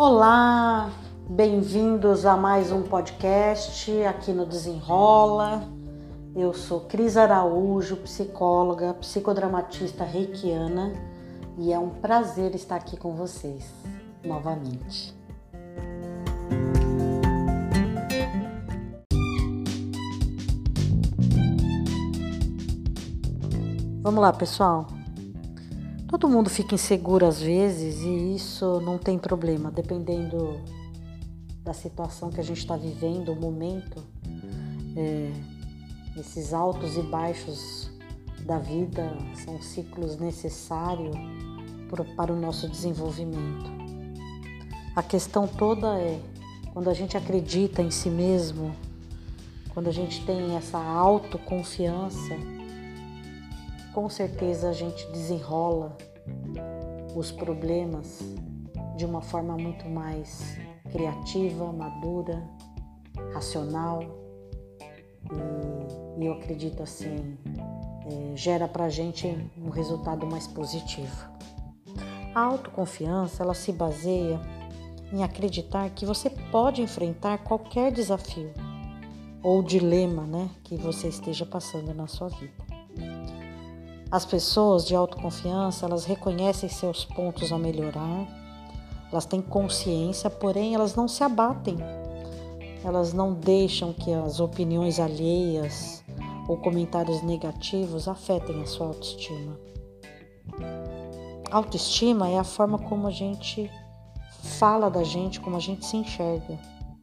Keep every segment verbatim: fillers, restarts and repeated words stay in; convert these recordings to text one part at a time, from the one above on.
Olá, bem-vindos a mais um podcast aqui no Desenrola. Eu sou Cris Araújo, psicóloga, psicodramatista reikiana e é um prazer estar aqui com vocês novamente. Vamos lá, pessoal. Todo mundo fica inseguro às vezes e isso não tem problema, dependendo da situação que a gente está vivendo, o momento, é, esses altos e baixos da vida são ciclos necessários para o nosso desenvolvimento. A questão toda é, quando a gente acredita em si mesmo, quando a gente tem essa autoconfiança, com certeza a gente desenrola os problemas de uma forma muito mais criativa, madura, racional e, e eu acredito assim, é, gera pra gente um resultado mais positivo. A autoconfiança, ela se baseia em acreditar que você pode enfrentar qualquer desafio ou dilema, né, que você esteja passando na sua vida. As pessoas de autoconfiança, elas reconhecem seus pontos a melhorar, elas têm consciência, porém elas não se abatem, elas não deixam que as opiniões alheias ou comentários negativos afetem a sua autoestima. Autoestima é a forma como a gente fala da gente, como a gente se enxerga.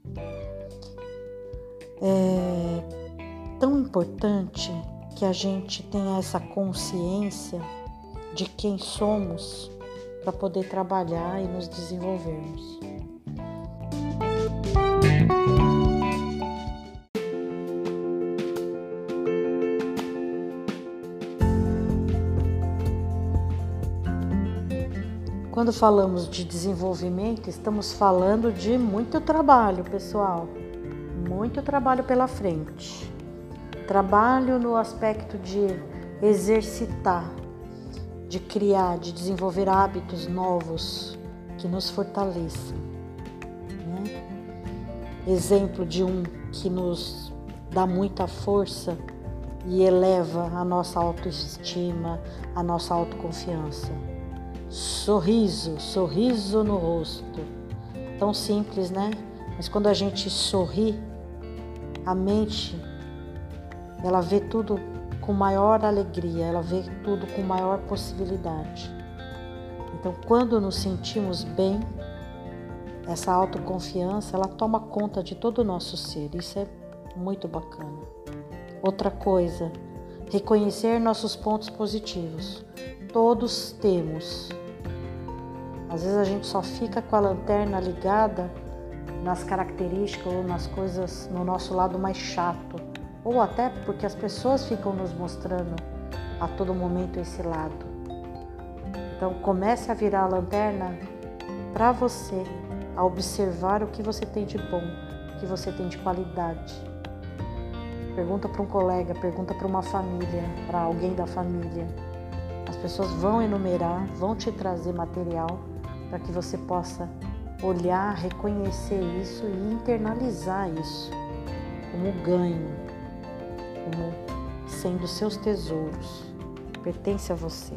É tão importante que a gente tenha essa consciência de quem somos para poder trabalhar e nos desenvolvermos. Quando falamos de desenvolvimento, estamos falando de muito trabalho, pessoal. Muito trabalho pela frente. Trabalho no aspecto de exercitar, de criar, de desenvolver hábitos novos que nos fortaleçam. Né? Exemplo de um que nos dá muita força e eleva a nossa autoestima, a nossa autoconfiança. Sorriso, sorriso no rosto. Tão simples, né? Mas quando a gente sorri, a mente ela vê tudo com maior alegria, ela vê tudo com maior possibilidade. Então, quando nos sentimos bem, essa autoconfiança, ela toma conta de todo o nosso ser. Isso é muito bacana. Outra coisa, reconhecer nossos pontos positivos. Todos temos. Às vezes a gente só fica com a lanterna ligada nas características ou nas coisas, no nosso lado mais chato. Ou até porque as pessoas ficam nos mostrando a todo momento esse lado. Então comece a virar a lanterna para você, a observar o que você tem de bom, o que você tem de qualidade. Pergunta para um colega, pergunta para uma família, para alguém da família. As pessoas vão enumerar, vão te trazer material para que você possa olhar, reconhecer isso e internalizar isso como ganho. Como sendo seus tesouros, pertence a você.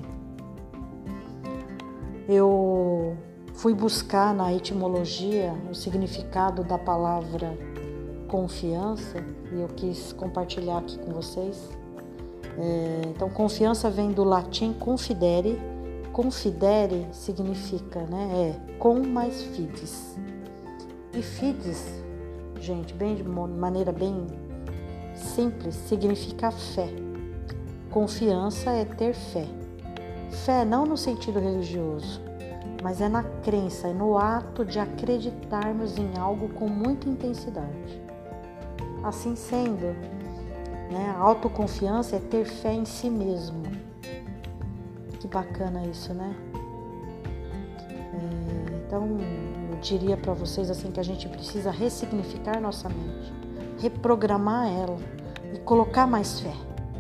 Eu fui buscar na etimologia o significado da palavra confiança e eu quis compartilhar aqui com vocês. É, então, confiança vem do latim confidere. Confidere significa, né, é com mais fides. E fides, gente, bem de maneira bem simples, significa fé. Confiança é ter fé. Fé não no sentido religioso, mas é na crença, é no ato de acreditarmos em algo com muita intensidade. Assim sendo, né, a autoconfiança é ter fé em si mesmo. Que bacana isso, né? É, então, eu diria para vocês assim que a gente precisa ressignificar nossa mente, reprogramar ela e colocar mais fé.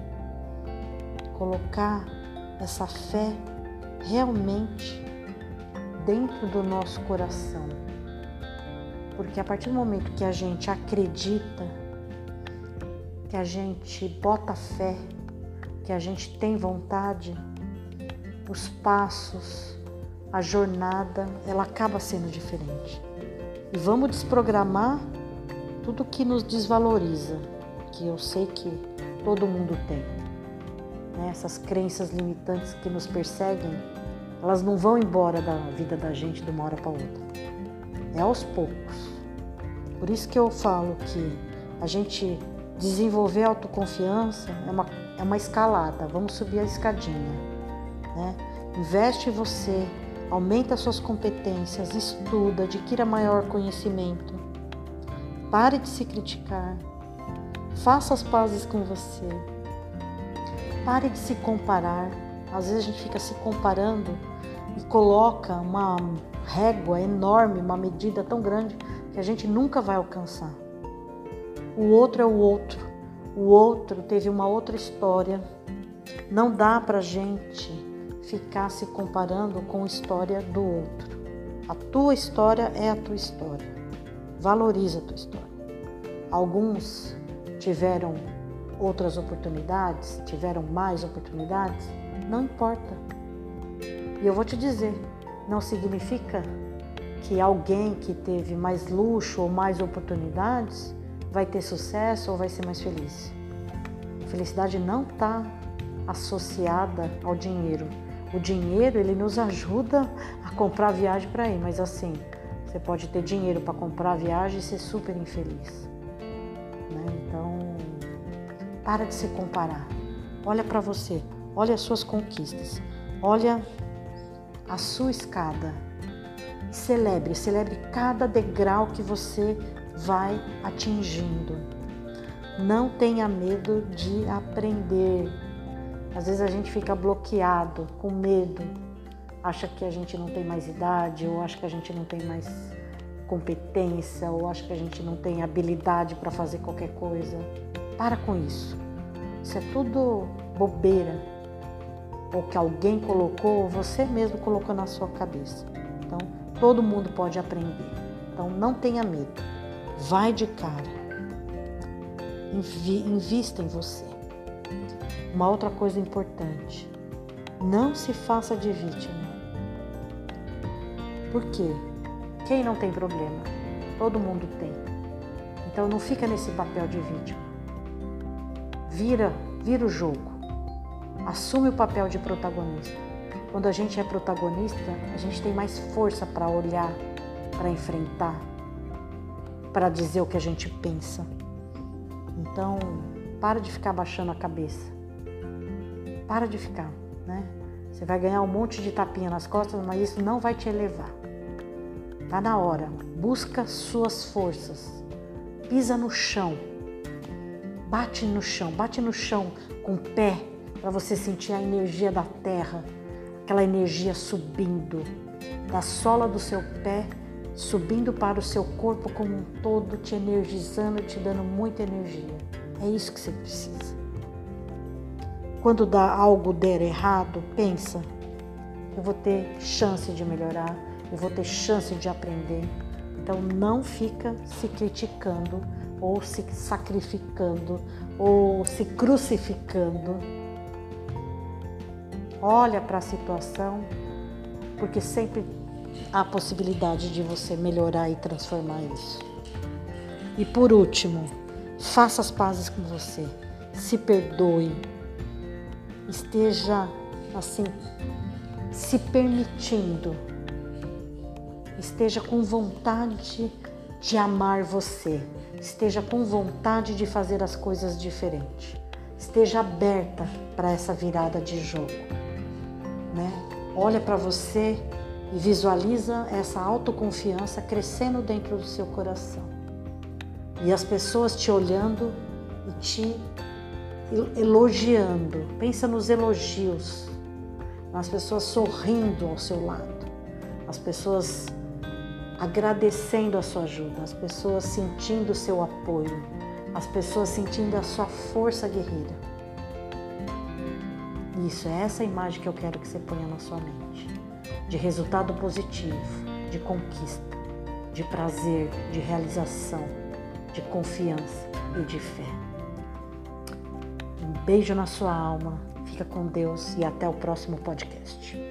Colocar essa fé realmente dentro do nosso coração, Porque a partir do momento que a gente acredita, que a gente bota fé, que a gente tem vontade, os passos, a jornada, ela acaba sendo diferente. E vamos desprogramar tudo que nos desvaloriza, que eu sei que todo mundo tem. Né? Essas crenças limitantes que nos perseguem, elas não vão embora da vida da gente de uma hora para outra. É aos poucos. Por isso que eu falo que a gente desenvolver autoconfiança é uma, é uma escalada. Vamos subir a escadinha. Né? Investe em você, aumenta suas competências, estuda, adquira maior conhecimento. Pare de se criticar. Faça as pazes com você. Pare de se comparar. Às vezes a gente fica se comparando e coloca uma régua enorme, uma medida tão grande que a gente nunca vai alcançar. O outro é o outro. O outro teve uma outra história. Não dá pra gente ficar se comparando com a história do outro. A tua história é a tua história. Valoriza a tua história. Alguns tiveram outras oportunidades, tiveram mais oportunidades, não importa. E eu vou te dizer, não significa que alguém que teve mais luxo ou mais oportunidades vai ter sucesso ou vai ser mais feliz. A felicidade não está associada ao dinheiro. O dinheiro, ele nos ajuda a comprar viagem para ir, mas assim, você pode ter dinheiro para comprar viagem e ser super infeliz. Né? Então, para de se comparar. Olha para você, olha as suas conquistas, olha a sua escada. Celebre, celebre cada degrau que você vai atingindo. Não tenha medo de aprender. Às vezes a gente fica bloqueado, com medo. Acha que a gente não tem mais idade, ou acha que a gente não tem mais competência, ou acha que a gente não tem habilidade para fazer qualquer coisa. Para com isso. Isso é tudo bobeira. Ou que alguém colocou, ou você mesmo colocou na sua cabeça. Então, todo mundo pode aprender. Então, não tenha medo. Vai de cara. Invi- invista em você. Uma outra coisa importante. Não se faça de vítima. Por quê? Quem não tem problema? Todo mundo tem. Então, não fica nesse papel de vítima. Vira, vira o jogo. Assume o papel de protagonista. Quando a gente é protagonista, a gente tem mais força para olhar, para enfrentar, para dizer o que a gente pensa. Então, para de ficar baixando a cabeça. Para de ficar, né? Você vai ganhar um monte de tapinha nas costas, mas isso não vai te elevar. Tá na hora. Busca suas forças. Pisa no chão. Bate no chão. Bate no chão com o pé para você sentir a energia da terra. Aquela energia subindo da sola do seu pé, subindo para o seu corpo como um todo, te energizando, te dando muita energia. É isso que você precisa. Quando dá, algo der errado, pensa, eu vou ter chance de melhorar, eu vou ter chance de aprender. Então não fica se criticando, ou se sacrificando, ou se crucificando. Olha para a situação, porque sempre há possibilidade de você melhorar e transformar isso. E por último, faça as pazes com você, se perdoe, esteja assim, se permitindo, esteja com vontade de amar você, esteja com vontade de fazer as coisas diferentes, esteja aberta para essa virada de jogo, né? Olha para você e visualiza essa autoconfiança crescendo dentro do seu coração. E as pessoas te olhando e te elogiando. Pensa nos elogios, nas pessoas sorrindo ao seu lado, as pessoas agradecendo a sua ajuda, as pessoas sentindo o seu apoio, as pessoas sentindo a sua força guerreira. Isso, é essa imagem que eu quero que você ponha na sua mente, de resultado positivo, de conquista. de prazer, de realização, de confiança e de fé. Um beijo na sua alma, fica com Deus e até o próximo podcast.